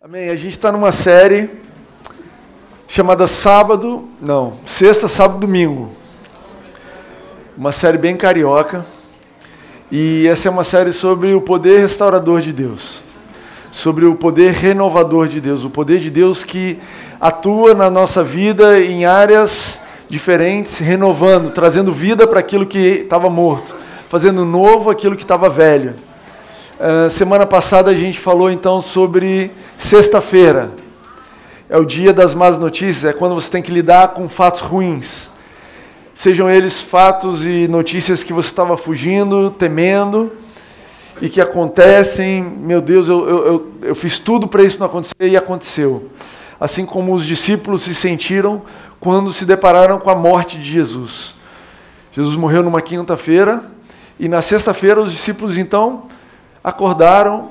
Amém. A gente está numa série chamada Sexta, Sábado, Domingo. Uma série bem carioca. E essa é uma série sobre o poder restaurador de Deus. Sobre o poder renovador de Deus. O poder de Deus que atua na nossa vida em áreas diferentes, renovando, trazendo vida para aquilo que estava morto. Fazendo novo aquilo que estava velho. Semana passada a gente falou então sobre sexta-feira. É o dia das más notícias, é quando você tem que lidar com fatos ruins. Sejam eles fatos e notícias que você estava fugindo, temendo, e que acontecem. Meu Deus, eu fiz tudo para isso não acontecer e aconteceu. Assim como os discípulos se sentiram quando se depararam com a morte de Jesus. Jesus morreu numa quinta-feira, e na sexta-feira os discípulos então acordaram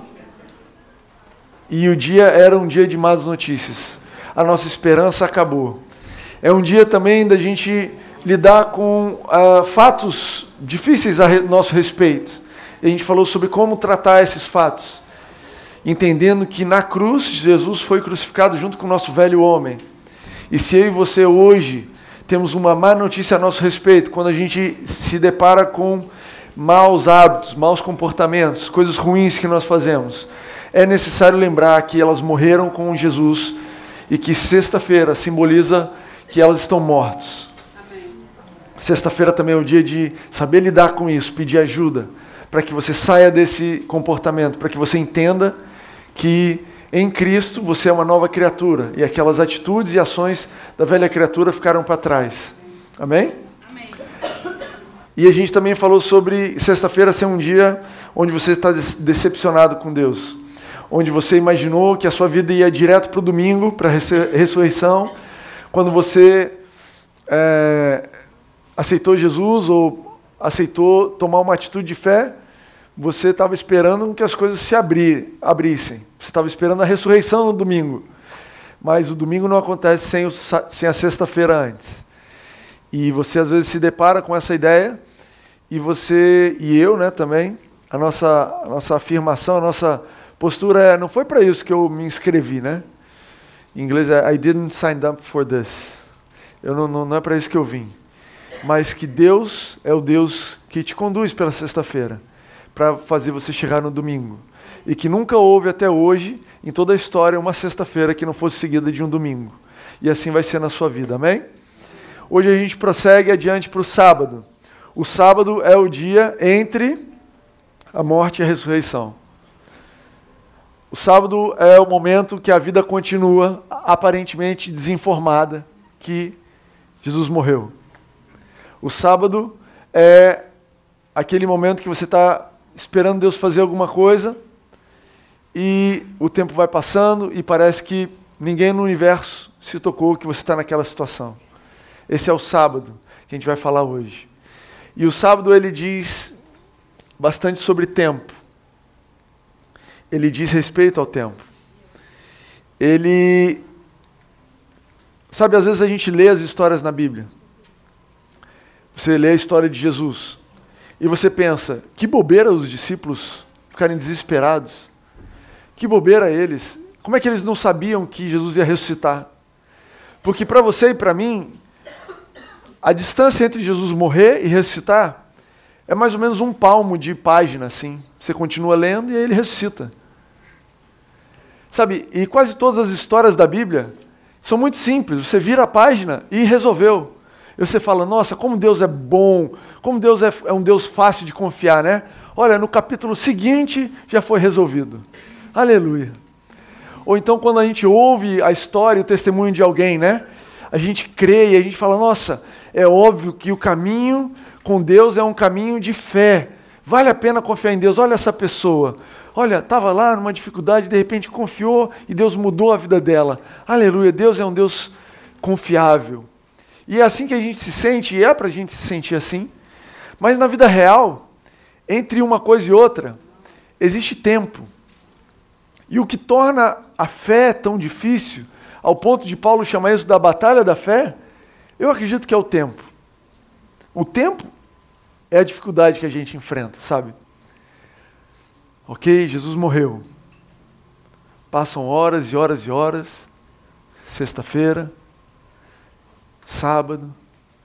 e o dia era um dia de más notícias. A nossa esperança acabou. É um dia também da gente lidar com fatos difíceis a nosso respeito. E a gente falou sobre como tratar esses fatos, entendendo que na cruz Jesus foi crucificado junto com o nosso velho homem. E se eu e você hoje temos uma má notícia a nosso respeito, quando a gente se depara com maus hábitos, maus comportamentos, coisas ruins que nós fazemos, é necessário lembrar que elas morreram com Jesus e que sexta-feira simboliza que elas estão mortas. Sexta-feira também é o dia de saber lidar com isso, pedir ajuda, para que você saia desse comportamento, para que você entenda que em Cristo você é uma nova criatura e aquelas atitudes e ações da velha criatura ficaram para trás. Amém? E a gente também falou sobre sexta-feira ser um dia onde você está decepcionado com Deus. Onde você imaginou que a sua vida ia direto para o domingo, para a ressurreição. Quando você aceitou Jesus ou aceitou tomar uma atitude de fé, você estava esperando que as coisas se abrissem. Você estava esperando a ressurreição no domingo. Mas o domingo não acontece sem a sexta-feira antes. E você às vezes se depara com essa ideia, e você e eu, também, a nossa afirmação, a nossa postura não foi para isso que eu me inscrevi, Em inglês é I didn't sign up for this. Não é para isso que eu vim. Mas que Deus é o Deus que te conduz pela sexta-feira, para fazer você chegar no domingo. E que nunca houve até hoje, em toda a história, uma sexta-feira que não fosse seguida de um domingo. E assim vai ser na sua vida, amém? Hoje a gente prossegue adiante para o sábado. O sábado é o dia entre a morte e a ressurreição. O sábado é o momento que a vida continua aparentemente desinformada, que Jesus morreu. O sábado é aquele momento que você está esperando Deus fazer alguma coisa e o tempo vai passando e parece que ninguém no universo se tocou que você está naquela situação. Esse é o sábado que a gente vai falar hoje. E o sábado ele diz bastante sobre tempo. Ele diz respeito ao tempo. Sabe, às vezes a gente lê as histórias na Bíblia. Você lê a história de Jesus. E você pensa, que bobeira os discípulos ficarem desesperados. Que bobeira eles. Como é que eles não sabiam que Jesus ia ressuscitar? Porque para você e para mim, a distância entre Jesus morrer e ressuscitar é mais ou menos um palmo de página, assim. Você continua lendo e aí ele ressuscita. Sabe, e quase todas as histórias da Bíblia são muito simples. Você vira a página e resolveu. E você fala, nossa, como Deus é bom, como Deus é um Deus fácil de confiar, Olha, no capítulo seguinte já foi resolvido. Aleluia. Ou então quando a gente ouve a história e o testemunho de alguém, A gente crê e a gente fala, nossa, é óbvio que o caminho com Deus é um caminho de fé. Vale a pena confiar em Deus. Olha essa pessoa. Olha, estava lá numa dificuldade, de repente confiou e Deus mudou a vida dela. Aleluia, Deus é um Deus confiável. E é assim que a gente se sente, e é para a gente se sentir assim. Mas na vida real, entre uma coisa e outra, existe tempo. E o que torna a fé tão difícil, ao ponto de Paulo chamar isso da batalha da fé, eu acredito que é o tempo. O tempo é a dificuldade que a gente enfrenta, sabe? Ok, Jesus morreu. Passam horas e horas e horas. Sexta-feira, sábado.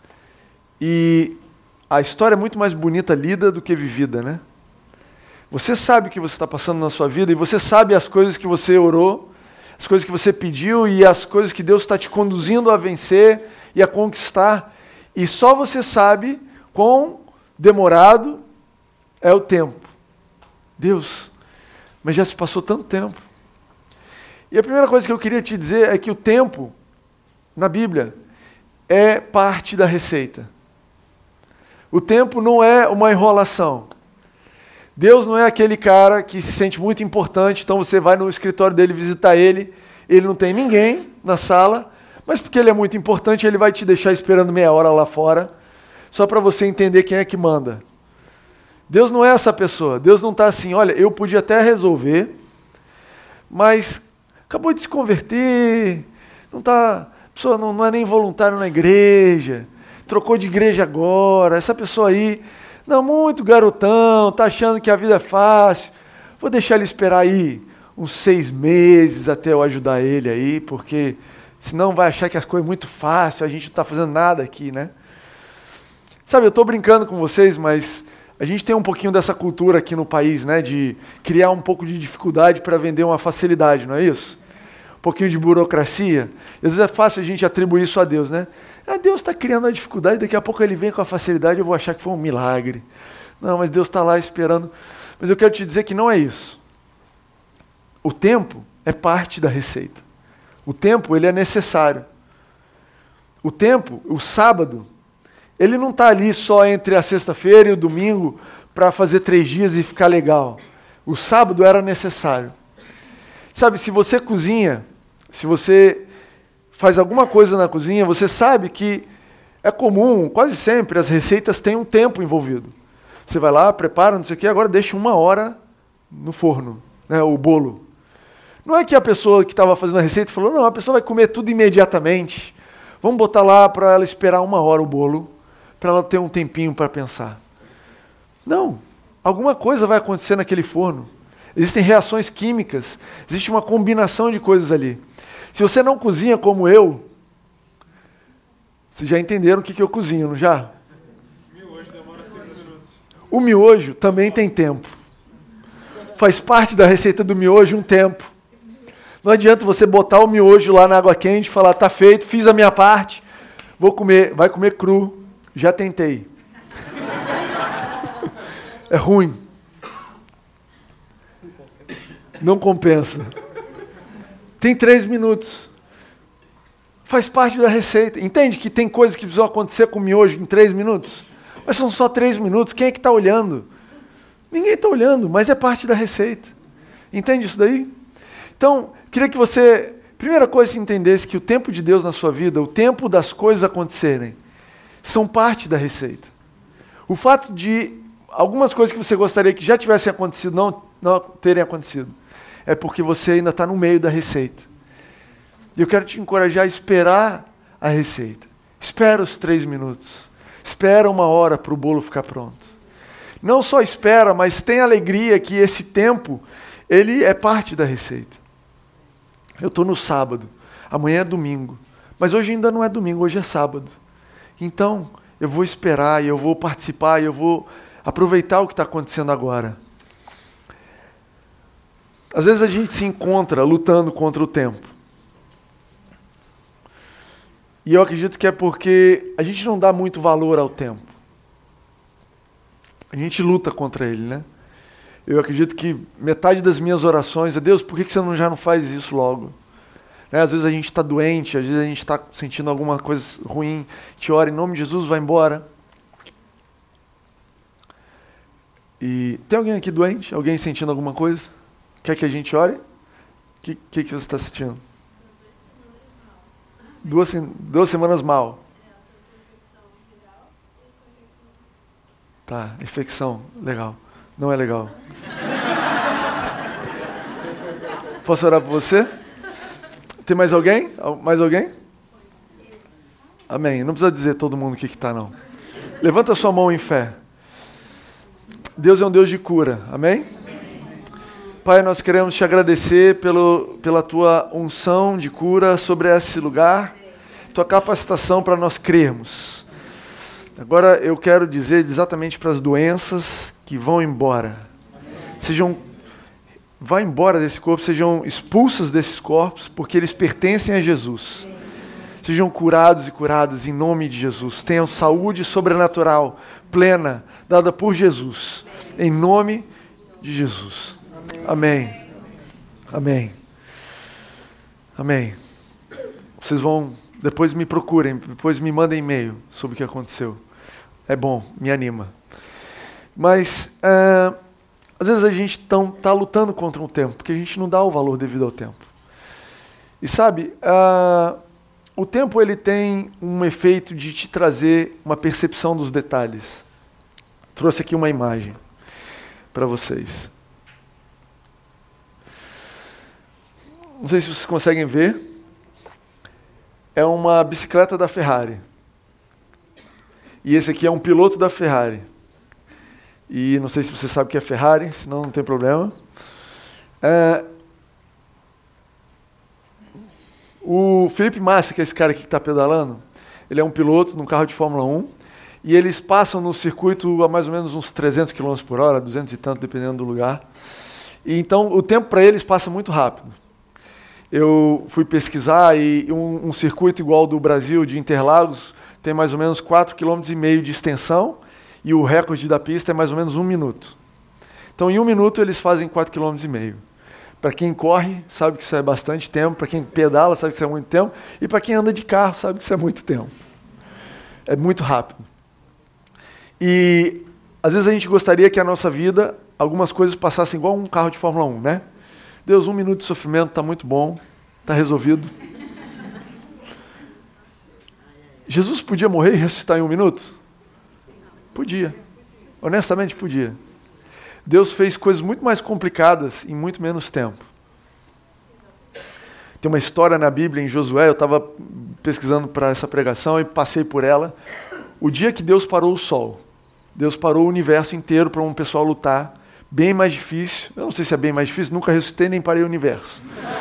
E a história é muito mais bonita lida do que vivida, né? Você sabe o que você está passando na sua vida e você sabe as coisas que você orou, as coisas que você pediu e as coisas que Deus está te conduzindo a vencer e a conquistar. E só você sabe quão demorado é o tempo. Deus, mas já se passou tanto tempo. E a primeira coisa que eu queria te dizer é que o tempo, na Bíblia, é parte da receita. O tempo não é uma enrolação. Deus não é aquele cara que se sente muito importante, então você vai no escritório dele visitar ele, ele não tem ninguém na sala, mas porque ele é muito importante, ele vai te deixar esperando meia hora lá fora, só para você entender quem é que manda. Deus não é essa pessoa. Deus não está assim, olha, eu podia até resolver, mas acabou de se converter, a pessoa não é nem voluntário na igreja, trocou de igreja agora, essa pessoa aí, não, muito garotão, está achando que a vida é fácil, vou deixar ele esperar aí uns 6 meses até eu ajudar ele aí, porque senão vai achar que as coisas é muito fácil, a gente não está fazendo nada aqui, né? Sabe, eu estou brincando com vocês, mas a gente tem um pouquinho dessa cultura aqui no país, né, de criar um pouco de dificuldade para vender uma facilidade, não é isso? Um pouquinho de burocracia. E às vezes é fácil a gente atribuir isso a Deus, né? Deus está criando a dificuldade, daqui a pouco ele vem com a facilidade, eu vou achar que foi um milagre. Não, mas Deus está lá esperando. Mas eu quero te dizer que não é isso. O tempo é parte da receita. O tempo, ele é necessário. O tempo, o sábado, ele não está ali só entre a sexta-feira e o domingo para fazer 3 dias e ficar legal. O sábado era necessário. Sabe, se você cozinha, se você faz alguma coisa na cozinha, você sabe que é comum, quase sempre, as receitas têm um tempo envolvido. Você vai lá, prepara, não sei o quê, agora deixa 1 hora no forno, né, o bolo. Não é que a pessoa que estava fazendo a receita falou, não, a pessoa vai comer tudo imediatamente. Vamos botar lá para ela esperar 1 hora o bolo, para ela ter um tempinho para pensar. Não, alguma coisa vai acontecer naquele forno. Existem reações químicas, existe uma combinação de coisas ali. Se você não cozinha como eu, vocês já entenderam o que eu cozinho, não já? Miojo demora 5 minutos. O miojo também tem tempo. Faz parte da receita do miojo um tempo. Não adianta você botar o miojo lá na água quente e falar, tá feito, fiz a minha parte, vou comer, vai comer cru. Já tentei. É ruim. Não compensa. Tem 3 minutos. Faz parte da receita. Entende que tem coisas que precisam acontecer com o miojo em 3 minutos? Mas são só 3 minutos. Quem é que está olhando? Ninguém está olhando, mas é parte da receita. Entende isso daí? Então, queria que você, primeira coisa, você entendesse que o tempo de Deus na sua vida, o tempo das coisas acontecerem, são parte da receita. O fato de algumas coisas que você gostaria que já tivessem acontecido, não terem acontecido, é porque você ainda está no meio da receita. E eu quero te encorajar a esperar a receita. Espera os 3 minutos. Espera 1 hora para o bolo ficar pronto. Não só espera, mas tem alegria que esse tempo, ele é parte da receita. Eu estou no sábado, amanhã é domingo, mas hoje ainda não é domingo, hoje é sábado. Então, eu vou esperar, e eu vou participar, e eu vou aproveitar o que está acontecendo agora. Às vezes a gente se encontra lutando contra o tempo. E eu acredito que é porque a gente não dá muito valor ao tempo. A gente luta contra ele, né? Eu acredito que metade das minhas orações é, Deus, por que você já não faz isso logo? Né? Às vezes a gente está doente, às vezes a gente está sentindo alguma coisa ruim, te ora, em nome de Jesus, vai embora. E tem alguém aqui doente? Alguém sentindo alguma coisa? Quer que a gente ore? O que você está sentindo? 2 semanas mal. Tá, infecção, legal. Não é legal. Posso orar por você? Tem mais alguém? Mais alguém? Amém. Não precisa dizer todo mundo o que está, não. Levanta a sua mão em fé. Deus é um Deus de cura. Amém? Pai, nós queremos te agradecer pela tua unção de cura sobre esse lugar, tua capacitação para nós crermos. Agora eu quero dizer exatamente para as doenças que vão embora. Vá embora desse corpo, sejam expulsas desses corpos, porque eles pertencem a Jesus. Sejam curados e curadas em nome de Jesus. Tenham saúde sobrenatural, plena, dada por Jesus. Em nome de Jesus. Amém. Amém. Amém. Vocês vão, depois me procurem, depois me mandem e-mail sobre o que aconteceu. É bom, me anima. Mas, às vezes a gente está lutando contra um tempo, porque a gente não dá o valor devido ao tempo. E sabe, o tempo ele tem um efeito de te trazer uma percepção dos detalhes. Trouxe aqui uma imagem para vocês. Não sei se vocês conseguem ver. É uma bicicleta da Ferrari. E esse aqui é um piloto da Ferrari. E não sei se você sabe o que é Ferrari, senão não tem problema. O Felipe Massa, que é esse cara aqui que está pedalando, ele é um piloto num carro de Fórmula 1, e eles passam no circuito a mais ou menos uns 300 km por hora, 200 e tanto, dependendo do lugar. E então o tempo para eles passa muito rápido. Eu fui pesquisar e um circuito igual ao do Brasil, de Interlagos, tem mais ou menos 4,5 km de extensão, e o recorde da pista é mais ou menos 1 minuto. Então, em 1 minuto, eles fazem 4,5 km. Para quem corre, sabe que isso é bastante tempo. Para quem pedala, sabe que isso é muito tempo. E para quem anda de carro, sabe que isso é muito tempo. É muito rápido. E, às vezes, a gente gostaria que a nossa vida, algumas coisas passassem igual um carro de Fórmula 1, né? Deus, 1 minuto de sofrimento está muito bom, está resolvido. Jesus podia morrer e ressuscitar em 1 minuto? Podia. Honestamente, podia. Deus fez coisas muito mais complicadas em muito menos tempo. Tem uma história na Bíblia, em Josué, eu estava pesquisando para essa pregação e passei por ela. O dia que Deus parou o sol, Deus parou o universo inteiro para um pessoal lutar, bem mais difícil. Eu não sei se é bem mais difícil, nunca ressuscitei nem parei o universo.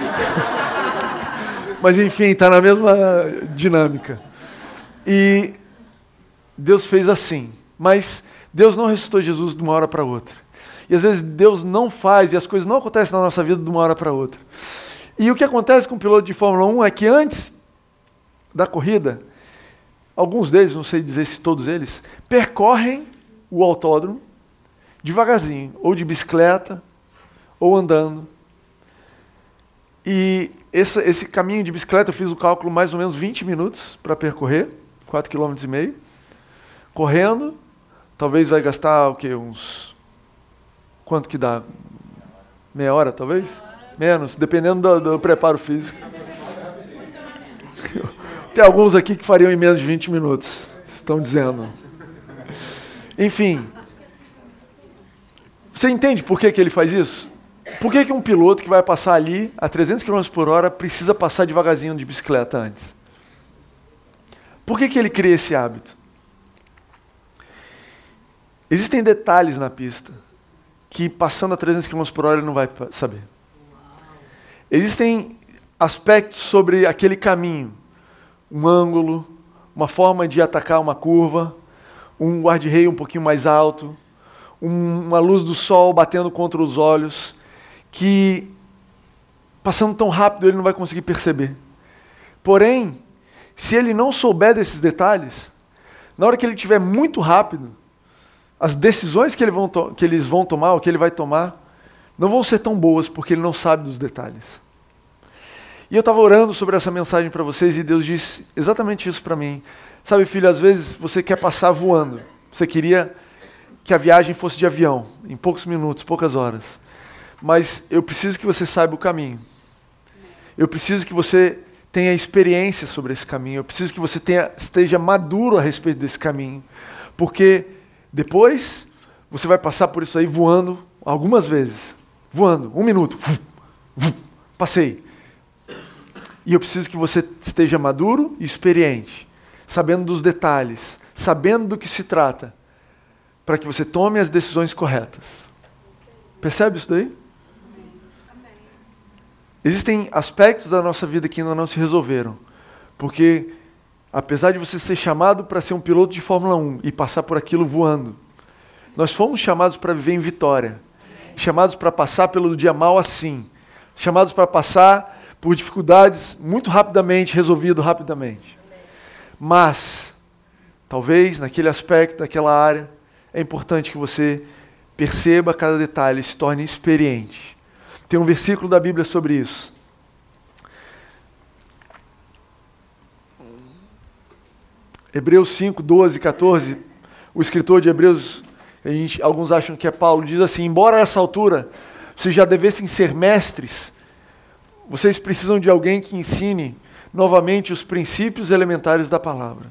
Mas enfim, está na mesma dinâmica. E Deus fez assim. Mas Deus não ressuscitou Jesus de uma hora para outra. E às vezes Deus não faz e as coisas não acontecem na nossa vida de uma hora para outra. E o que acontece com o piloto de Fórmula 1 é que antes da corrida, alguns deles, não sei dizer se todos eles, percorrem o autódromo devagarzinho, ou de bicicleta, ou andando. E esse caminho de bicicleta, eu fiz o cálculo mais ou menos 20 minutos para percorrer, 4,5 km. Correndo, talvez vai gastar o quê? Quanto que dá? Meia hora, talvez? Menos, dependendo do preparo físico. Tem alguns aqui que fariam em menos de 20 minutos, estão dizendo. Enfim. Você entende por que ele faz isso? Por que um piloto que vai passar ali a 300 km por hora precisa passar devagarzinho de bicicleta antes? Por que ele cria esse hábito? Existem detalhes na pista que passando a 300 km por hora ele não vai saber. Existem aspectos sobre aquele caminho, um ângulo, uma forma de atacar uma curva, um guarda-reio um pouquinho mais alto, uma luz do sol batendo contra os olhos, que passando tão rápido ele não vai conseguir perceber. Porém, se ele não souber desses detalhes, na hora que ele estiver muito rápido, as decisões que eles vão tomar, ou que ele vai tomar, não vão ser tão boas, porque ele não sabe dos detalhes. E eu estava orando sobre essa mensagem para vocês, e Deus disse exatamente isso para mim. Sabe, filho, às vezes você quer passar voando. Você queria que a viagem fosse de avião, em poucos minutos, poucas horas. Mas eu preciso que você saiba o caminho. Eu preciso que você tenha experiência sobre esse caminho. Eu preciso que você esteja maduro a respeito desse caminho. Porque depois você vai passar por isso aí voando algumas vezes. Voando, 1 minuto. Passei. E eu preciso que você esteja maduro e experiente, sabendo dos detalhes, sabendo do que se trata, para que você tome as decisões corretas. Percebe isso daí? Existem aspectos da nossa vida que ainda não se resolveram. Porque, apesar de você ser chamado para ser um piloto de Fórmula 1 e passar por aquilo voando, nós fomos chamados para viver em vitória. Chamados para passar pelo dia mal assim. Chamados para passar por dificuldades muito rapidamente, resolvido rapidamente. Mas, talvez, naquele aspecto, naquela área, é importante que você perceba cada detalhe, se torne experiente. Tem um versículo da Bíblia sobre isso. Hebreus 5, 12 e 14, o escritor de Hebreus, alguns acham que é Paulo, diz assim: embora a essa altura vocês já devessem ser mestres, vocês precisam de alguém que ensine novamente os princípios elementares da palavra.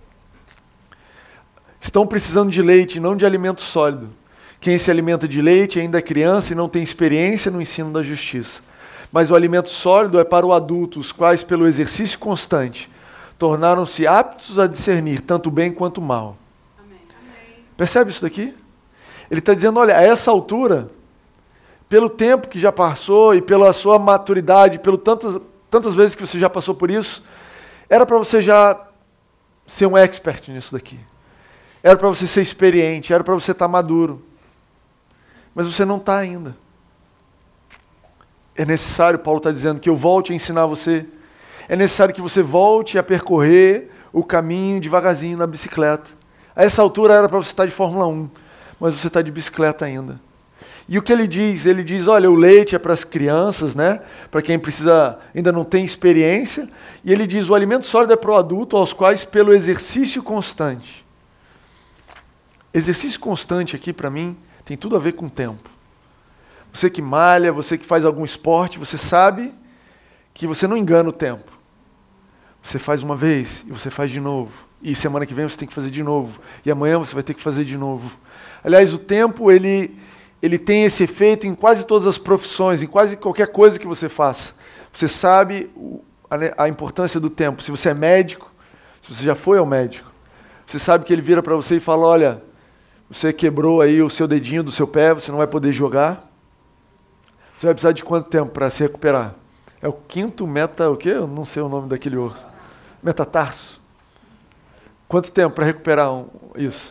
Estão precisando de leite, não de alimento sólido. Quem se alimenta de leite ainda é criança e não tem experiência no ensino da justiça. Mas o alimento sólido é para o adulto, os quais, pelo exercício constante, tornaram-se aptos a discernir tanto o bem quanto o mal. Amém. Percebe isso daqui? Ele está dizendo, olha, a essa altura, pelo tempo que já passou e pela sua maturidade, pelo tantas vezes que você já passou por isso, era para você já ser um expert nisso daqui. Era para você ser experiente, era para você estar maduro. Mas você não está ainda. É necessário, Paulo está dizendo, que eu volte a ensinar você. É necessário que você volte a percorrer o caminho devagarzinho na bicicleta. A essa altura era para você estar de Fórmula 1, mas você está de bicicleta ainda. E o que ele diz? Ele diz, olha, o leite é para as crianças, né? Para quem precisa, ainda não tem experiência. E ele diz, o alimento sólido é para o adulto, aos quais pelo exercício constante. Exercício constante aqui, para mim, tem tudo a ver com tempo. Você que malha, você que faz algum esporte, você sabe que você não engana o tempo. Você faz uma vez e você faz de novo. E semana que vem você tem que fazer de novo. E amanhã você vai ter que fazer de novo. Aliás, o tempo, ele tem esse efeito em quase todas as profissões, em quase qualquer coisa que você faça. Você sabe a importância do tempo. Se você é médico, se você já foi ao médico, você sabe que ele vira para você e fala, olha, você quebrou aí o seu dedinho do seu pé, você não vai poder jogar. Você vai precisar de quanto tempo para se recuperar? É o quinto o quê? Eu não sei o nome daquele osso. Metatarso. Quanto tempo para recuperar isso?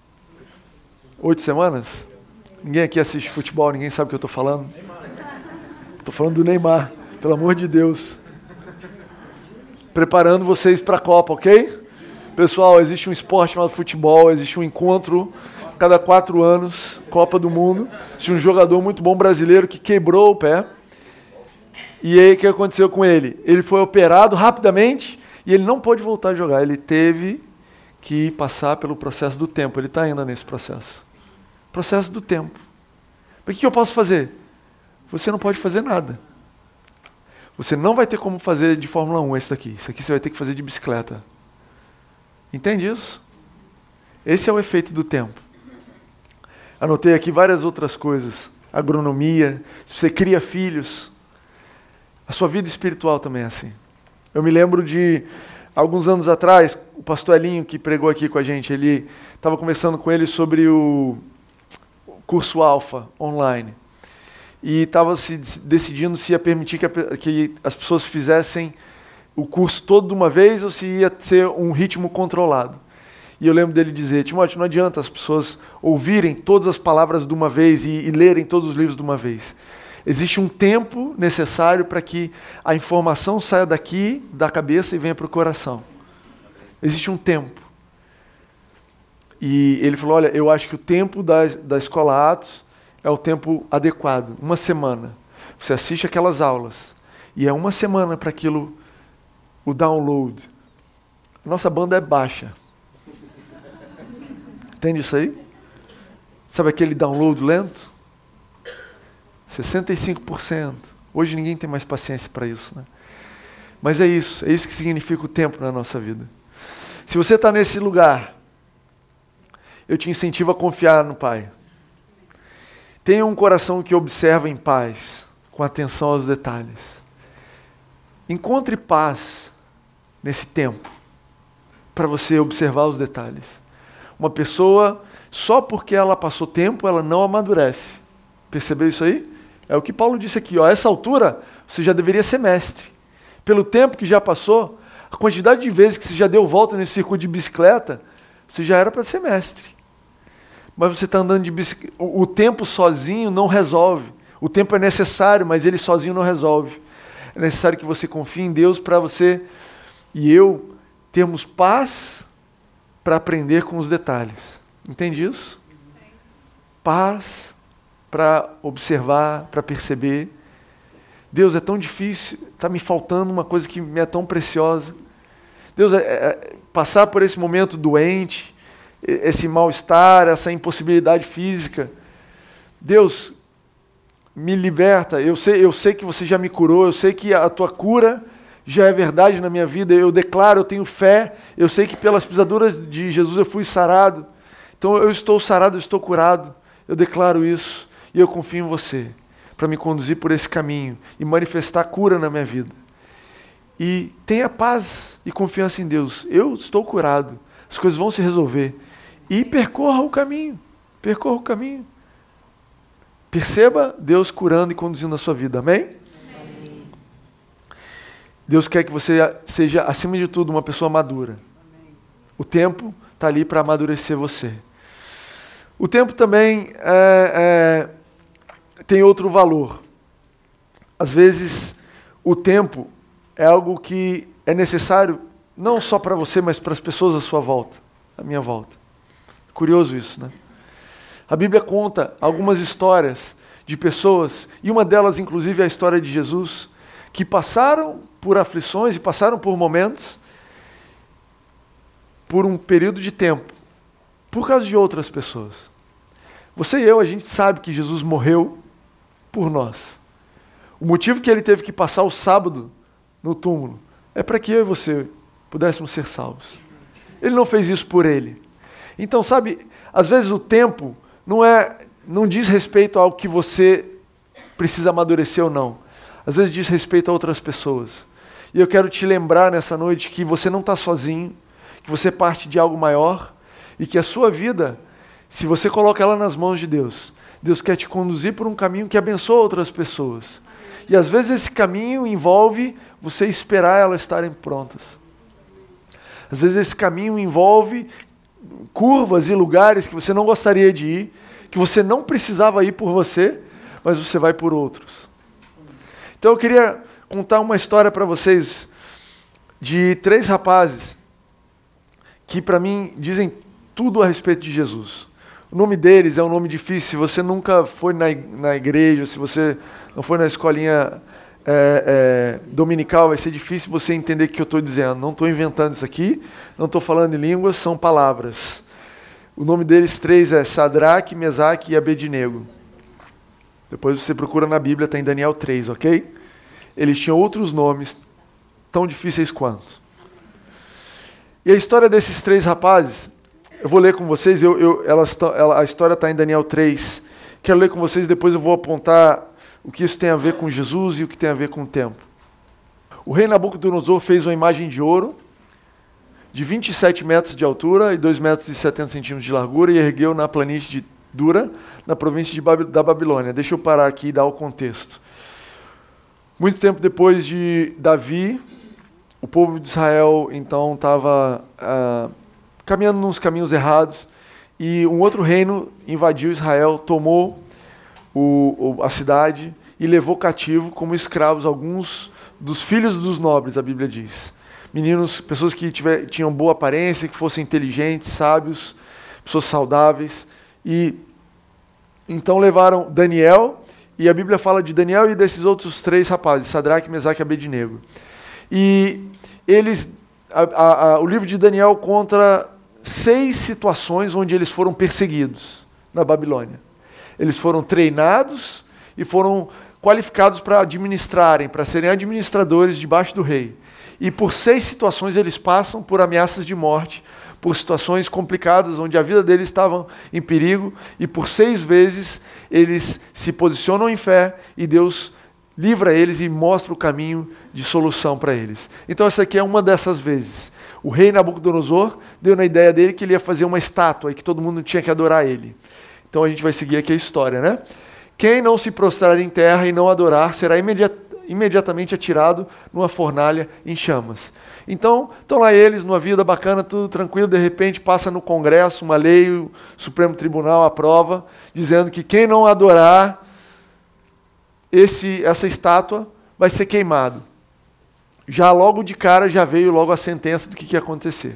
8 semanas? Ninguém aqui assiste futebol, ninguém sabe o que eu estou falando. Estou falando do Neymar, pelo amor de Deus. Preparando vocês para a Copa, ok? Pessoal, existe um esporte chamado futebol, existe um encontro cada 4 anos, Copa do Mundo. Existe um jogador muito bom brasileiro que quebrou o pé. E aí o que aconteceu com ele? Ele foi operado rapidamente e ele não pôde voltar a jogar. Ele teve que passar pelo processo do tempo. Ele está ainda nesse processo. Processo do tempo. O que eu posso fazer? Você não pode fazer nada. Você não vai ter como fazer de Fórmula 1 isso aqui. Isso aqui você vai ter que fazer de bicicleta. Entende isso? Esse é o efeito do tempo. Anotei aqui várias outras coisas. Agronomia, se você cria filhos, a sua vida espiritual também é assim. Eu me lembro de, alguns anos atrás, o pastor Elinho, que pregou aqui com a gente, ele estava conversando com ele sobre o curso Alpha online. E estava se decidindo se ia permitir que as pessoas fizessem o curso todo de uma vez ou se ia ser um ritmo controlado. E eu lembro dele dizer, Timóteo, não adianta as pessoas ouvirem todas as palavras de uma vez e lerem todos os livros de uma vez. Existe um tempo necessário para que a informação saia daqui, da cabeça e venha para o coração. Existe um tempo. E ele falou, olha, eu acho que o tempo da Escola Atos é o tempo adequado. 1 semana. Você assiste aquelas aulas. E é 1 semana para aquilo, o download. A nossa banda é baixa. Entende isso aí? Sabe aquele download lento? 65%. Hoje ninguém tem mais paciência para isso, né? Mas é isso que significa o tempo na nossa vida. Se você está nesse lugar, eu te incentivo a confiar no Pai. Tenha um coração que observa em paz, com atenção aos detalhes. Encontre paz nesse tempo, para você observar os detalhes. Uma pessoa, só porque ela passou tempo, ela não amadurece. Percebeu isso aí? É o que Paulo disse aqui, ó, a essa altura você já deveria ser mestre. Pelo tempo que já passou, a quantidade de vezes que você já deu volta nesse circuito de bicicleta, você já era para ser mestre. Mas você está andando de bicicleta. O tempo sozinho não resolve. O tempo é necessário, mas ele sozinho não resolve. É necessário que você confie em Deus para você e eu termos paz para aprender com os detalhes. Entende isso? Paz para observar, para perceber. Deus, é tão difícil, está me faltando uma coisa que me é tão preciosa. Deus, passar por esse momento doente, esse mal-estar, essa impossibilidade física. Deus, me liberta. Eu sei que você já me curou, eu sei que a tua cura já é verdade na minha vida. Eu declaro, eu tenho fé, eu sei que pelas pisaduras de Jesus eu fui sarado. Então eu estou sarado, eu estou curado. Eu declaro isso e eu confio em você para me conduzir por esse caminho e manifestar cura na minha vida. E tenha paz e confiança em Deus. Eu estou curado, as coisas vão se resolver. E percorra o caminho, percorra o caminho. Perceba Deus curando e conduzindo a sua vida, amém? Amém. Deus quer que você seja, acima de tudo, uma pessoa madura. Amém. O tempo está ali para amadurecer você. O tempo também tem outro valor. Às vezes, o tempo é algo que é necessário, não só para você, mas para as pessoas à sua volta, à minha volta. Curioso isso, né? A Bíblia conta algumas histórias de pessoas, e uma delas, inclusive, é a história de Jesus, que passaram por aflições e passaram por momentos, por um período de tempo, por causa de outras pessoas. Você e eu, a gente sabe que Jesus morreu por nós. O motivo que ele teve que passar o sábado no túmulo é para que eu e você pudéssemos ser salvos. Ele não fez isso por ele. Então, sabe, às vezes o tempo não diz respeito ao que você precisa amadurecer ou não. Às vezes diz respeito a outras pessoas. E eu quero te lembrar nessa noite que você não está sozinho, que você é parte de algo maior e que a sua vida, se você coloca ela nas mãos de Deus, Deus quer te conduzir por um caminho que abençoa outras pessoas. E às vezes esse caminho envolve você esperar elas estarem prontas. Às vezes esse caminho envolve curvas e lugares que você não gostaria de ir, que você não precisava ir por você, mas você vai por outros. Então eu queria contar uma história para vocês de 3 rapazes que para mim dizem tudo a respeito de Jesus. O nome deles é um nome difícil. Se você nunca foi na igreja, se você não foi na escolinha dominical, vai ser difícil você entender o que eu estou dizendo. Não estou inventando isso aqui, não estou falando em línguas, são palavras. O nome deles 3 é Sadraque, Mesaque e Abednego. Depois você procura na Bíblia, está em Daniel 3, ok? Eles tinham outros nomes tão difíceis quanto. E a história desses 3 rapazes, eu vou ler com vocês, a história está em Daniel 3. Quero ler com vocês, depois eu vou apontar o que isso tem a ver com Jesus e o que tem a ver com o tempo. O rei Nabucodonosor fez uma imagem de ouro, de 27 metros de altura e 2 metros e 70 centímetros de largura, e ergueu na planície de Dura, na província da Babilônia. Deixa eu parar aqui e dar o contexto. Muito tempo depois de Davi, o povo de Israel, então, estava caminhando nos caminhos errados, e um outro reino invadiu Israel, tomou a cidade e levou cativo como escravos alguns dos filhos dos nobres, a Bíblia diz. Meninos, pessoas que tinham boa aparência, que fossem inteligentes, sábios, pessoas saudáveis. E então levaram Daniel, e a Bíblia fala de Daniel e desses outros 3 rapazes, Sadraque, Mesaque e Abednego. E eles, o livro de Daniel conta 6 situações onde eles foram perseguidos na Babilônia. Eles foram treinados e foram qualificados para administrarem, para serem administradores debaixo do rei. E por 6 situações eles passam por ameaças de morte, por situações complicadas onde a vida deles estava em perigo, e por 6 vezes eles se posicionam em fé e Deus livra eles e mostra o caminho de solução para eles. Então essa aqui é uma dessas vezes. O rei Nabucodonosor deu na ideia dele que ele ia fazer uma estátua e que todo mundo tinha que adorar ele. Então a gente vai seguir aqui a história, né? Quem não se prostrar em terra e não adorar será imediatamente atirado numa fornalha em chamas. Então, estão lá eles, numa vida bacana, tudo tranquilo, de repente passa no Congresso uma lei, o Supremo Tribunal aprova, dizendo que quem não adorar essa estátua vai ser queimado. Já logo de cara, já veio logo a sentença do que ia acontecer.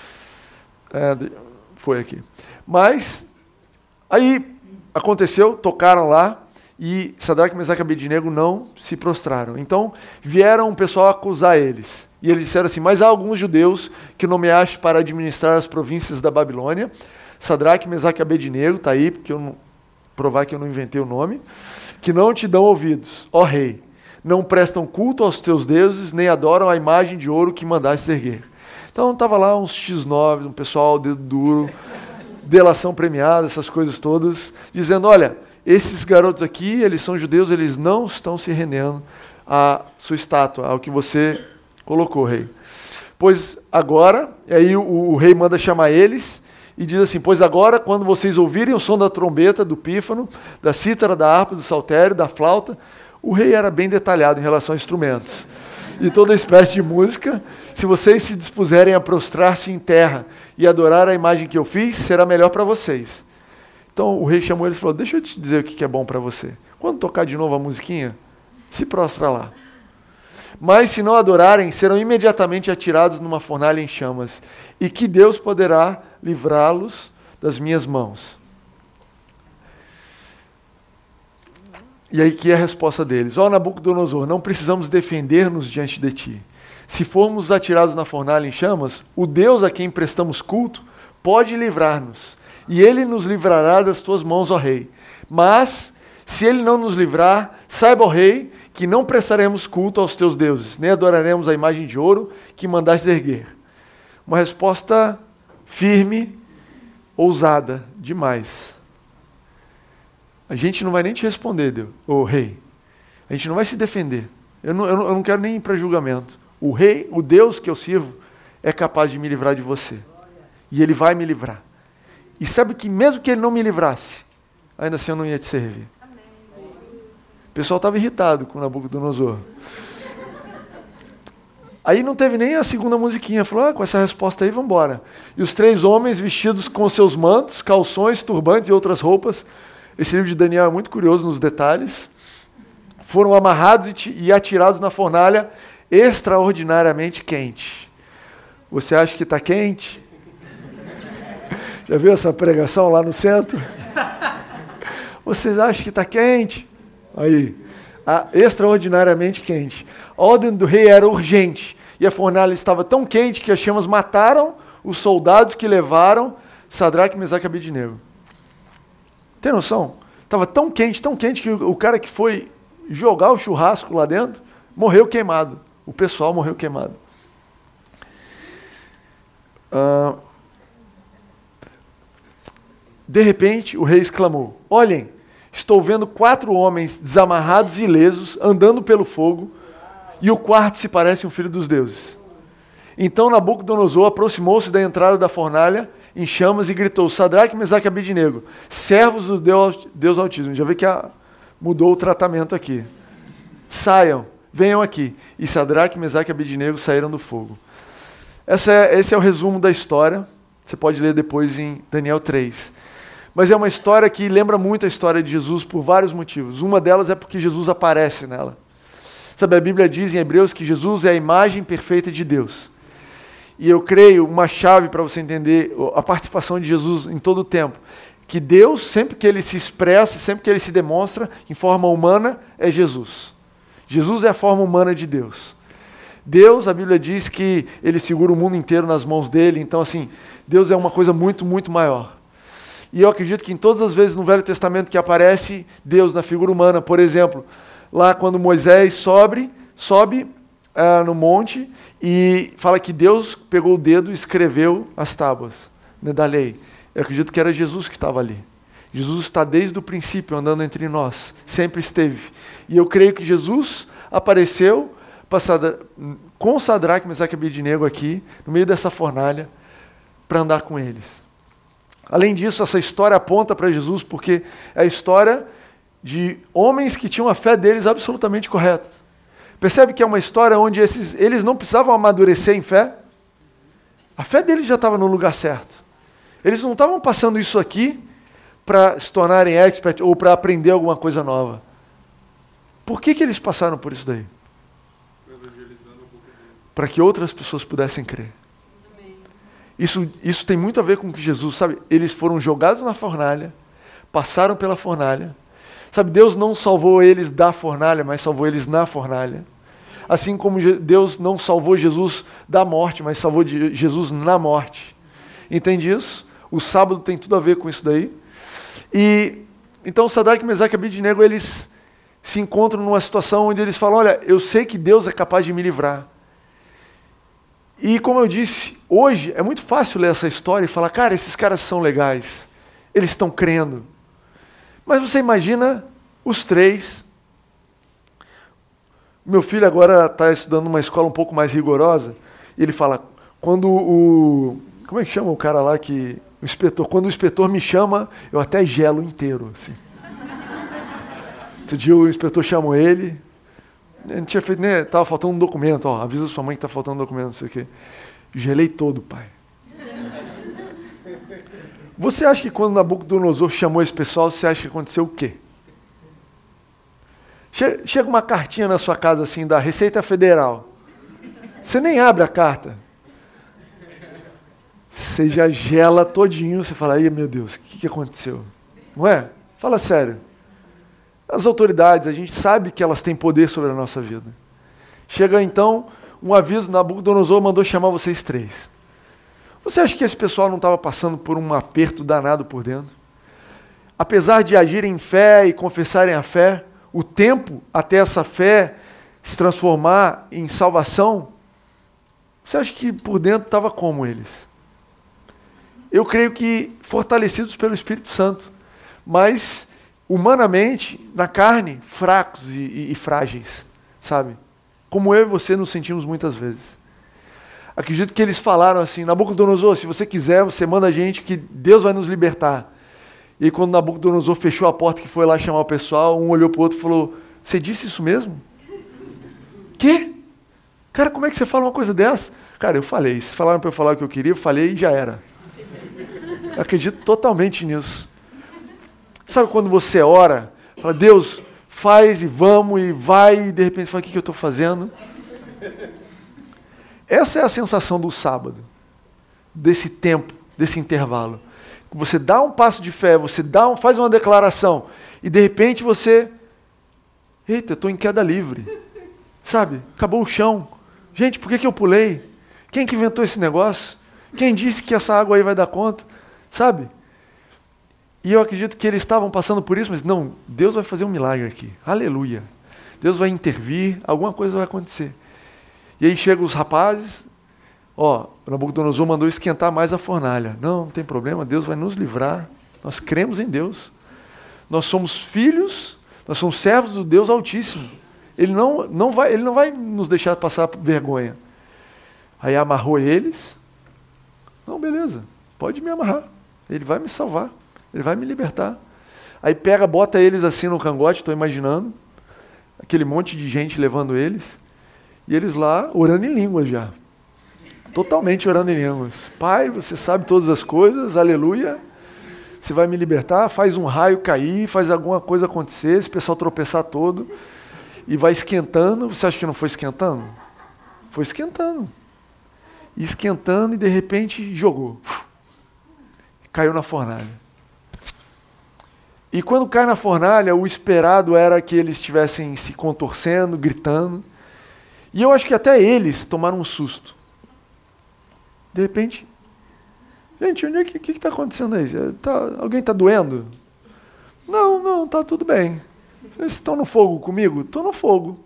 Foi aqui. Mas, aí aconteceu, tocaram lá, e Sadraque, Mesaque e Abednego não se prostraram. Então, vieram o pessoal acusar eles. E eles disseram assim, mas há alguns judeus que nomeaste para administrar as províncias da Babilônia. Sadraque, Mesaque e Abednego, está aí, porque provar que eu não inventei o nome, que não te dão ouvidos, ó rei. Não prestam culto aos teus deuses, nem adoram a imagem de ouro que mandaste erguer. Então, estava lá uns X9, um pessoal dedo duro, delação premiada, essas coisas todas, dizendo, olha, esses garotos aqui, eles são judeus, eles não estão se rendendo à sua estátua, ao que você colocou, rei. Pois agora, aí o rei manda chamar eles e diz assim, pois agora, quando vocês ouvirem o som da trombeta, do pífano, da cítara, da harpa, do saltério, da flauta, o rei era bem detalhado em relação a instrumentos e toda espécie de música. Se vocês se dispuserem a prostrar-se em terra e adorar a imagem que eu fiz, será melhor para vocês. Então o rei chamou eles e falou, deixa eu te dizer o que é bom para você. Quando tocar de novo a musiquinha, se prostra lá. Mas se não adorarem, serão imediatamente atirados numa fornalha em chamas, e que Deus poderá livrá-los das minhas mãos. E aí que é a resposta deles. Ó Nabucodonosor, não precisamos defender-nos diante de ti. Se formos atirados na fornalha em chamas, o Deus a quem prestamos culto pode livrar-nos. E ele nos livrará das tuas mãos, ó rei. Mas, se ele não nos livrar, saiba, ó rei, que não prestaremos culto aos teus deuses, nem adoraremos a imagem de ouro que mandaste erguer. Uma resposta firme, ousada, demais. A gente não vai nem te responder, Deus, ô rei. A gente não vai se defender. Eu não quero nem ir para julgamento. O rei, o Deus que eu sirvo, é capaz de me livrar de você. E ele vai me livrar. E sabe que mesmo que ele não me livrasse, ainda assim eu não ia te servir. O pessoal estava irritado com Nabucodonosor. Aí não teve nem a segunda musiquinha. Falou, com essa resposta aí, vamos embora. E os 3 homens vestidos com seus mantos, calções, turbantes e outras roupas. Esse livro de Daniel é muito curioso nos detalhes. Foram amarrados e atirados na fornalha extraordinariamente quente. Você acha que está quente? Já viu essa pregação lá no centro? Vocês acham que está quente? Aí, extraordinariamente quente. A ordem do rei era urgente, e a fornalha estava tão quente que as chamas mataram os soldados que levaram Sadraque, Mesaque e Abednego. Tem noção? Estava tão quente que o cara que foi jogar o churrasco lá dentro morreu queimado. O pessoal morreu queimado. De repente, o rei exclamou, olhem, estou vendo 4 homens desamarrados e ilesos, andando pelo fogo, e o quarto se parece um filho dos deuses. Então Nabucodonosor aproximou-se da entrada da fornalha em chamas e gritou, Sadraque, Mesaque e Abednego, servos do Deus Altíssimo. Já vê que mudou o tratamento aqui. Saiam, venham aqui. E Sadraque, Mesaque e Abednego saíram do fogo. Esse é o resumo da história. Você pode ler depois em Daniel 3. Mas é uma história que lembra muito a história de Jesus por vários motivos. Uma delas é porque Jesus aparece nela. Sabe, a Bíblia diz em Hebreus que Jesus é a imagem perfeita de Deus. E eu creio, uma chave para você entender a participação de Jesus em todo o tempo, que Deus, sempre que ele se expressa, sempre que ele se demonstra em forma humana, é Jesus. Jesus é a forma humana de Deus. Deus, a Bíblia diz que ele segura o mundo inteiro nas mãos dele, então assim, Deus é uma coisa muito, muito maior. E eu acredito que em todas as vezes no Velho Testamento que aparece Deus na figura humana, por exemplo, lá quando Moisés sobe no monte e fala que Deus pegou o dedo e escreveu as tábuas, né, da lei. Eu acredito que era Jesus que estava ali. Jesus está desde o princípio andando entre nós, sempre esteve. E eu creio que Jesus apareceu com Sadraque, Mesaque e Abednego aqui, no meio dessa fornalha, para andar com eles. Além disso, essa história aponta para Jesus, porque é a história de homens que tinham a fé deles absolutamente correta. Percebe que é uma história onde eles não precisavam amadurecer em fé? A fé deles já estava no lugar certo. Eles não estavam passando isso aqui para se tornarem expert ou para aprender alguma coisa nova. Por que eles passaram por isso daí? Para que outras pessoas pudessem crer. Isso tem muito a ver com que Jesus, sabe? Eles foram jogados na fornalha, passaram pela fornalha. Sabe, Deus não salvou eles da fornalha, mas salvou eles na fornalha. Assim como Deus não salvou Jesus da morte, mas salvou Jesus na morte. Entende isso? O sábado tem tudo a ver com isso daí. E então Sadraque, Mesaque e Abednego, eles se encontram numa situação onde eles falam, olha, eu sei que Deus é capaz de me livrar. E como eu disse, hoje é muito fácil ler essa história e falar, cara, esses caras são legais, eles estão crendo. Mas você imagina os três. Meu filho agora está estudando numa escola um pouco mais rigorosa, e ele fala, como é que chama o cara lá que... quando o inspetor me chama, eu até gelo inteiro, assim. Outro dia o inspetor chamou ele, não tinha feito nem, estava faltando um documento, ó, avisa sua mãe que está faltando um documento, não sei o quê. Gelei todo, pai. Você acha que quando Nabucodonosor chamou esse pessoal, você acha que aconteceu o quê? Chega uma cartinha na sua casa assim, da Receita Federal. Você nem abre a carta. Você já gela todinho, você fala, ai meu Deus, o que aconteceu? Não é? Fala sério. As autoridades, a gente sabe que elas têm poder sobre a nossa vida. Chega então um aviso, Nabucodonosor mandou chamar vocês três. Você acha que esse pessoal não estava passando por um aperto danado por dentro? Apesar de agirem em fé e confessarem a fé, o tempo até essa fé se transformar em salvação, você acha que por dentro estava como eles? Eu creio que fortalecidos pelo Espírito Santo, mas humanamente, na carne, fracos e frágeis, sabe? Como eu e você nos sentimos muitas vezes. Acredito que eles falaram assim, Nabucodonosor, se você quiser, você manda a gente que Deus vai nos libertar. E quando Nabucodonosor fechou a porta que foi lá chamar o pessoal, um olhou para o outro e falou, você disse isso mesmo? Quê? Cara, como é que você fala uma coisa dessa? Cara, eu falei. Se falaram para eu falar o que eu queria, eu falei e já era. Eu acredito totalmente nisso. Sabe quando você ora, fala, Deus, faz e vamos e vai, e de repente fala, o que eu estou fazendo? Essa é a sensação do sábado, desse tempo, desse intervalo. Você dá um passo de fé, você faz uma declaração, e de repente você, eita, eu estou em queda livre, sabe? Acabou o chão. Gente, por que eu pulei? Quem que inventou esse negócio? Quem disse que essa água aí vai dar conta? Sabe? E eu acredito que eles estavam passando por isso, mas não, Deus vai fazer um milagre aqui. Aleluia. Deus vai intervir, alguma coisa vai acontecer. E aí chegam os rapazes, o Nabucodonosor mandou esquentar mais a fornalha. Não tem problema, Deus vai nos livrar. Nós cremos em Deus. Nós somos filhos, nós somos servos do Deus Altíssimo. Ele não vai nos deixar passar vergonha. Aí amarrou eles. Não, beleza, pode me amarrar. Ele vai me salvar. Ele vai me libertar. Aí pega, bota eles assim no cangote, estou imaginando. Aquele monte de gente levando eles. E eles lá orando em línguas já. Totalmente orando em línguas. Pai, você sabe todas as coisas, aleluia. Você vai me libertar, faz um raio cair, faz alguma coisa acontecer, esse pessoal tropeçar todo. E vai esquentando. Você acha que não foi esquentando? Foi esquentando. E esquentando e de repente jogou. Caiu na fornalha. E quando cai na fornalha, o esperado era que eles estivessem se contorcendo, gritando. E eu acho que até eles tomaram um susto. De repente, gente, o que está acontecendo aí? Alguém está doendo? Não, está tudo bem. Vocês estão no fogo comigo? Estou no fogo.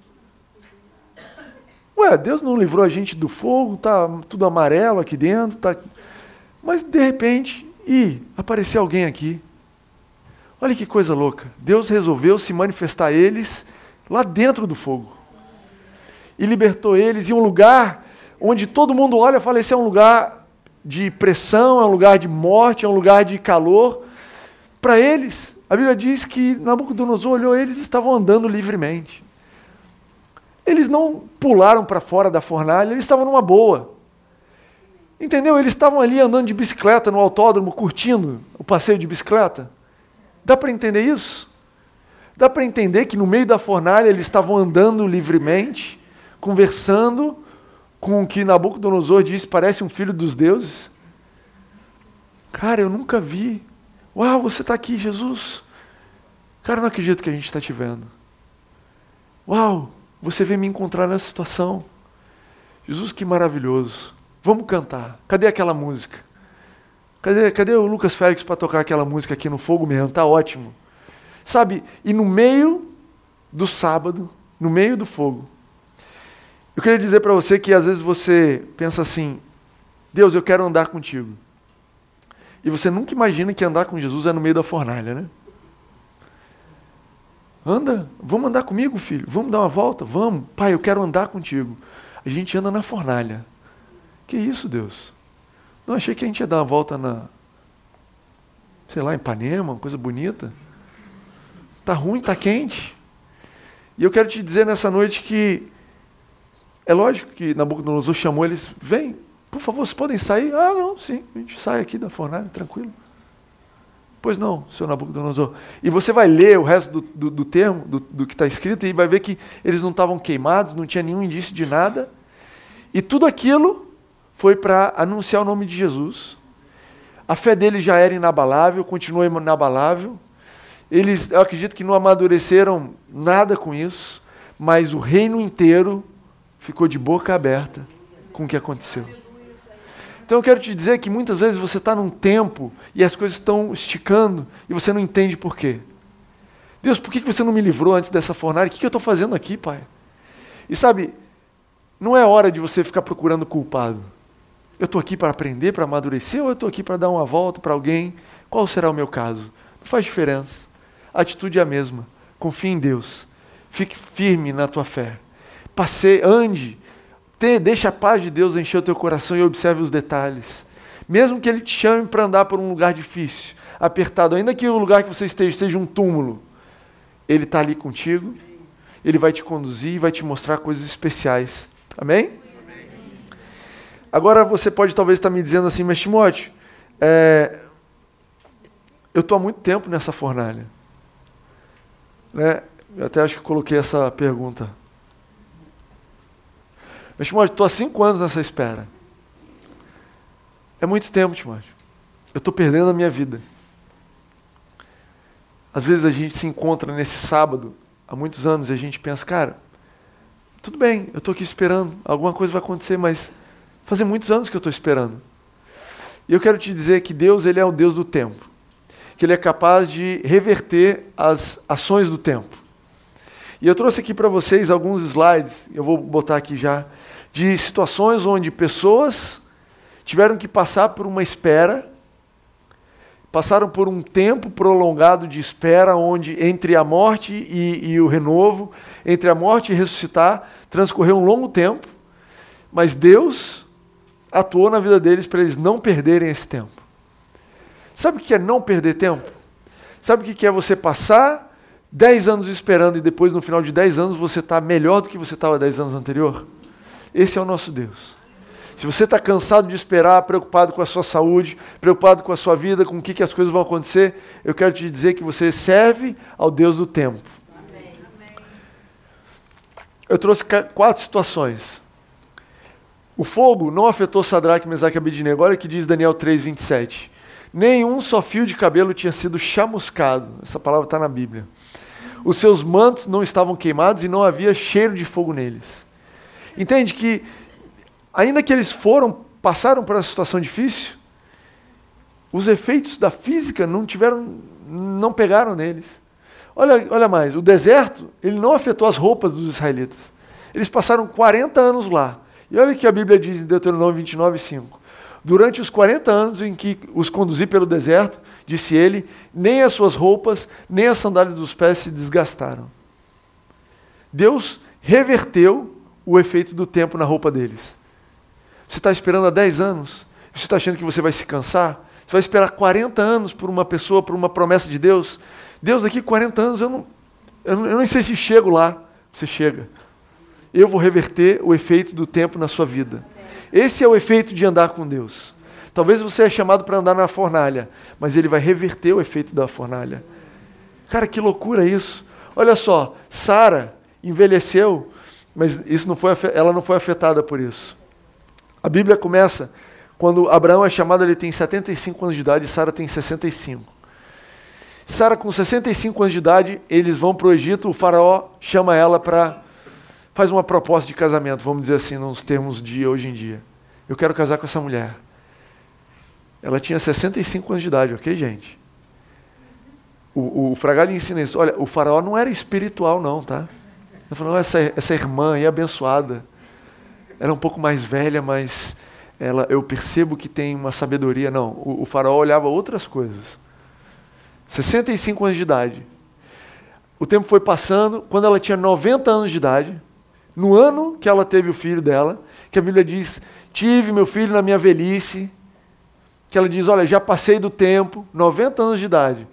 Ué, Deus não livrou a gente do fogo, está tudo amarelo aqui dentro. Mas de repente, apareceu alguém aqui. Olha que coisa louca. Deus resolveu se manifestar a eles lá dentro do fogo. E libertou eles em um lugar onde todo mundo olha e fala, esse é um lugar de pressão, é um lugar de morte, é um lugar de calor. Para eles, A Bíblia diz que Nabucodonosor olhou, eles estavam andando livremente. Eles não pularam para fora da fornalha, eles estavam numa boa. Entendeu? Eles estavam ali andando de bicicleta no autódromo, curtindo o passeio de bicicleta. Dá para entender isso? Dá para entender que no meio da fornalha eles estavam andando livremente, conversando com o que Nabucodonosor disse, parece um filho dos deuses. Cara, eu nunca vi. Uau, você está aqui, Jesus. Cara, eu não acredito que a gente está te vendo. Uau, você veio me encontrar nessa situação. Jesus, que maravilhoso. Vamos cantar. Cadê aquela música? Cadê o Lucas Félix para tocar aquela música aqui no fogo mesmo? Tá ótimo. Sabe, e no meio do sábado, no meio do fogo, eu queria dizer para você que às vezes você pensa assim, Deus, eu quero andar contigo. E você nunca imagina que andar com Jesus é no meio da fornalha, né? Anda, vamos andar comigo, filho? Vamos dar uma volta? Vamos. Pai, eu quero andar contigo. A gente anda na fornalha. Que isso, Deus? Não, achei que a gente ia dar uma volta sei lá, em Ipanema, uma coisa bonita. Tá ruim, tá quente. E eu quero te dizer nessa noite que é lógico que Nabucodonosor chamou eles, vem, por favor, vocês podem sair? Ah, não, sim, a gente sai aqui da fornalha, tranquilo. Pois não, senhor Nabucodonosor. E você vai ler o resto do termo, do que está escrito, e vai ver que eles não estavam queimados, não tinha nenhum indício de nada. E tudo aquilo foi para anunciar o nome de Jesus. A fé deles já era inabalável, continuou inabalável. Eu acredito que não amadureceram nada com isso, mas o reino inteiro ficou de boca aberta com o que aconteceu. Então eu quero te dizer que muitas vezes você está num tempo e as coisas estão esticando e você não entende por quê. Deus, por que você não me livrou antes dessa fornalha? O que eu estou fazendo aqui, Pai? E sabe, não é hora de você ficar procurando culpado. Eu estou aqui para aprender, para amadurecer, ou eu estou aqui para dar uma volta para alguém? Qual será o meu caso? Não faz diferença. A atitude é a mesma. Confie em Deus. Fique firme na tua fé. Ande. Deixa a paz de Deus encher o teu coração e observe os detalhes. Mesmo que Ele te chame para andar por um lugar difícil, apertado, ainda que o lugar que você esteja seja um túmulo, Ele está ali contigo, Ele vai te conduzir e vai te mostrar coisas especiais. Amém? Amém. Agora você pode talvez estar me dizendo assim, mas Timóteo, eu estou há muito tempo nessa fornalha. Né? Eu até acho que coloquei essa pergunta. Mas, Timóteo, estou há 5 anos nessa espera. É muito tempo, Timóteo. Eu estou perdendo a minha vida. Às vezes a gente se encontra nesse sábado, há muitos anos, e a gente pensa, cara, tudo bem, eu estou aqui esperando, alguma coisa vai acontecer, mas fazem muitos anos que eu estou esperando. E eu quero te dizer que Deus, Ele é o Deus do tempo. Que Ele é capaz de reverter as ações do tempo. E eu trouxe aqui para vocês alguns slides, eu vou botar aqui já, de situações onde pessoas tiveram que passar por uma espera, passaram por um tempo prolongado de espera, onde entre a morte e o renovo, entre a morte e ressuscitar, transcorreu um longo tempo, mas Deus atuou na vida deles para eles não perderem esse tempo. Sabe o que é não perder tempo? Sabe o que é você passar 10 anos esperando e depois no final de 10 anos você está melhor do que você estava 10 anos anterior? Esse é o nosso Deus. Se você está cansado de esperar, preocupado com a sua saúde, preocupado com a sua vida, com o que as coisas vão acontecer, eu quero te dizer que você serve ao Deus do tempo. Amém. Eu trouxe 4 situações. O fogo não afetou Sadraque, Mesaque e Abednego. Olha o que diz Daniel 3:27. Nenhum só fio de cabelo tinha sido chamuscado. Essa palavra está na Bíblia. Os seus mantos não estavam queimados e não havia cheiro de fogo neles. Entende que, ainda que eles passaram por uma situação difícil, os efeitos da física não pegaram neles. Olha mais, o deserto, ele não afetou as roupas dos israelitas. Eles passaram 40 anos lá. E olha o que a Bíblia diz em Deuteronômio 29:5. Durante os 40 anos em que os conduzi pelo deserto, disse ele, nem as suas roupas, nem as sandálias dos pés se desgastaram. Deus reverteu o efeito do tempo na roupa deles. Você está esperando há 10 anos? Você está achando que você vai se cansar? Você vai esperar 40 anos por uma pessoa, por uma promessa de Deus? Deus, daqui 40 anos eu não sei se chego lá. Você chega. Eu vou reverter o efeito do tempo na sua vida. Esse é o efeito de andar com Deus. Talvez você é chamado para andar na fornalha, mas Ele vai reverter o efeito da fornalha. Cara, que loucura isso. Olha só, Sara envelheceu, mas ela não foi afetada por isso. A Bíblia começa, quando Abraão é chamado, ele tem 75 anos de idade e Sara tem 65. Sara, com 65 anos de idade, eles vão para o Egito, o faraó chama ela faz uma proposta de casamento, vamos dizer assim, nos termos de hoje em dia. Eu quero casar com essa mulher. Ela tinha 65 anos de idade, ok, gente? O Fragale ensina isso. Olha, o faraó não era espiritual não, tá? Ele falou, essa irmã aí abençoada, era um pouco mais velha, mas eu percebo que tem uma sabedoria. Não, o faraó olhava outras coisas. 65 anos de idade. O tempo foi passando, quando ela tinha 90 anos de idade, no ano que ela teve o filho dela, que a Bíblia diz, tive meu filho na minha velhice, que ela diz, olha, já passei do tempo, 90 anos de idade.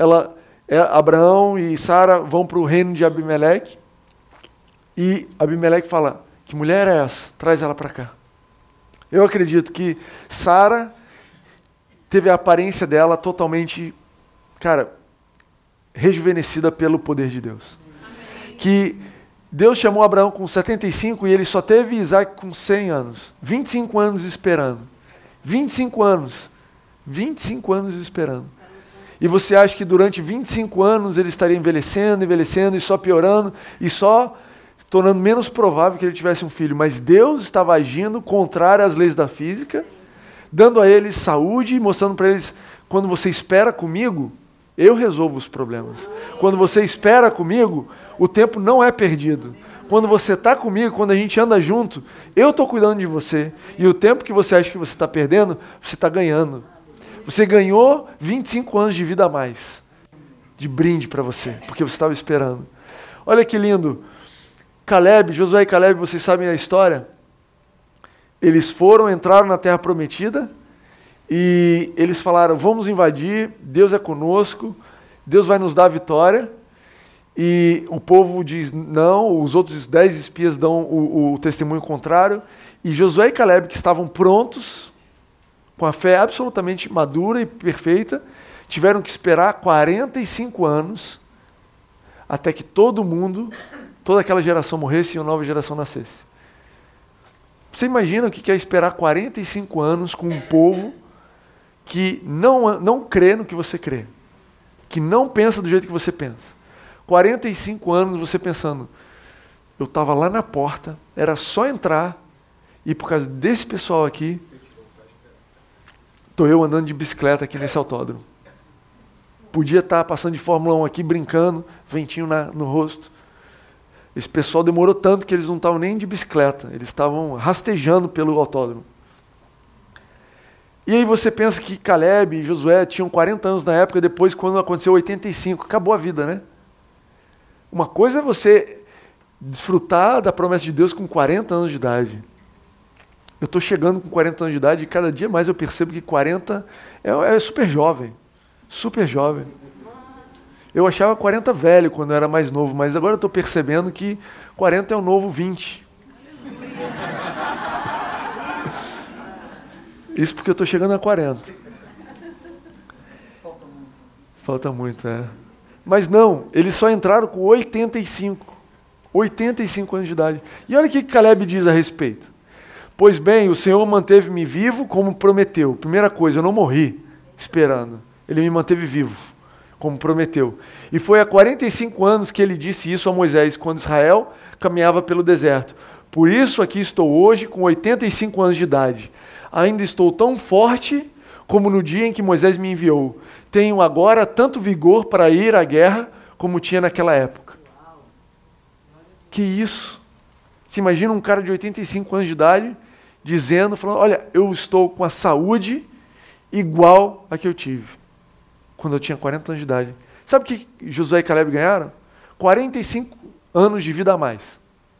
Abraão e Sara vão para o reino de Abimeleque, e Abimeleque fala, que mulher é essa? Traz ela para cá. Eu acredito que Sara teve a aparência dela totalmente, rejuvenescida pelo poder de Deus. Que Deus chamou Abraão com 75 e ele só teve Isaac com 100 anos. 25 anos esperando. 25 anos. 25 anos esperando. E você acha que durante 25 anos ele estaria envelhecendo e só piorando e só tornando menos provável que ele tivesse um filho. Mas Deus estava agindo contrário às leis da física, dando a eles saúde e mostrando para eles, quando você espera comigo, eu resolvo os problemas. Quando você espera comigo, o tempo não é perdido. Quando você está comigo, quando a gente anda junto, eu estou cuidando de você. E o tempo que você acha que você está perdendo, você está ganhando. Você ganhou 25 anos de vida a mais. De brinde para você, porque você estava esperando. Olha que lindo. Josué e Caleb, vocês sabem a história? Eles entraram na terra prometida, e eles falaram, vamos invadir, Deus é conosco, Deus vai nos dar a vitória. E o povo diz não, os outros 10 espias dão o testemunho contrário. E Josué e Caleb, que estavam prontos, com a fé absolutamente madura e perfeita, tiveram que esperar 45 anos até que toda aquela geração morresse e uma nova geração nascesse. Você imagina o que é esperar 45 anos com um povo que não crê no que você crê, que não pensa do jeito que você pensa. 45 anos você pensando, eu estava lá na porta, era só entrar, e por causa desse pessoal aqui, estou eu andando de bicicleta aqui nesse autódromo. Podia estar passando de Fórmula 1 aqui, brincando, ventinho no rosto. Esse pessoal demorou tanto que eles não estavam nem de bicicleta, eles estavam rastejando pelo autódromo. E aí você pensa que Caleb e Josué tinham 40 anos na época, depois quando aconteceu 85, acabou a vida, né? Uma coisa é você desfrutar da promessa de Deus com 40 anos de idade. Eu estou chegando com 40 anos de idade e cada dia mais eu percebo que 40 é super jovem. Super jovem. Eu achava 40 velho quando eu era mais novo, mas agora eu estou percebendo que 40 é o novo 20. Isso porque eu estou chegando a 40. Falta muito, é. Mas não, eles só entraram com 85. 85 anos de idade. E olha o que Caleb diz a respeito. Pois bem, o Senhor manteve-me vivo como prometeu. Primeira coisa, eu não morri esperando. Ele me manteve vivo, como prometeu. E foi há 45 anos que ele disse isso a Moisés, quando Israel caminhava pelo deserto. Por isso aqui estou hoje com 85 anos de idade. Ainda estou tão forte como no dia em que Moisés me enviou. Tenho agora tanto vigor para ir à guerra como tinha naquela época. Que isso? Você imagina um cara de 85 anos de idade falando, olha, eu estou com a saúde igual a que eu tive quando eu tinha 40 anos de idade. Sabe o que Josué e Caleb ganharam? 45 anos de vida a mais.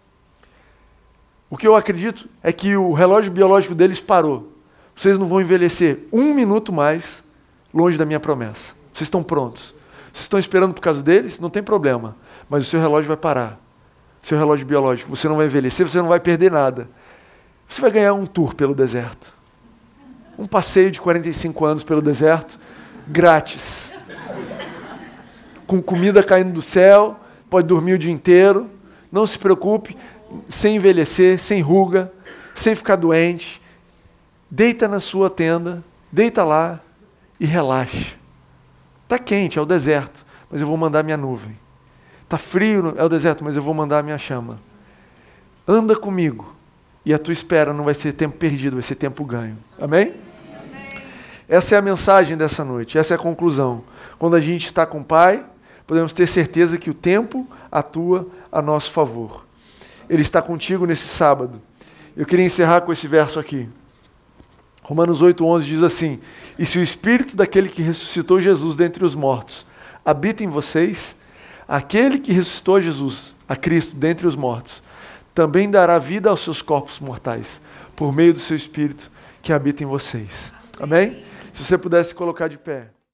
O que eu acredito é que o relógio biológico deles parou. Vocês não vão envelhecer 1 minuto mais longe da minha promessa. Vocês estão prontos. Vocês estão esperando por causa deles? Não tem problema. Mas o seu relógio vai parar. Seu relógio biológico. Você não vai envelhecer, você não vai perder nada. Você vai ganhar um tour pelo deserto. Um passeio de 45 anos pelo deserto, grátis. Com comida caindo do céu, pode dormir o dia inteiro. Não se preocupe, sem envelhecer, sem ruga, sem ficar doente. Deita na sua tenda, deita lá e relaxe. Está quente, é o deserto, mas eu vou mandar minha nuvem. Está frio, é o deserto, mas eu vou mandar a minha chama. Anda comigo. E a tua espera não vai ser tempo perdido, vai ser tempo ganho. Amém? Amém? Essa é a mensagem dessa noite, essa é a conclusão. Quando a gente está com o Pai, podemos ter certeza que o tempo atua a nosso favor. Ele está contigo nesse sábado. Eu queria encerrar com esse verso aqui. Romanos 8:11 diz assim: e se o Espírito daquele que ressuscitou Jesus dentre os mortos habita em vocês, aquele que ressuscitou Jesus, a Cristo, dentre os mortos, também dará vida aos seus corpos mortais, por meio do seu Espírito que habita em vocês. Amém? Se você pudesse colocar de pé.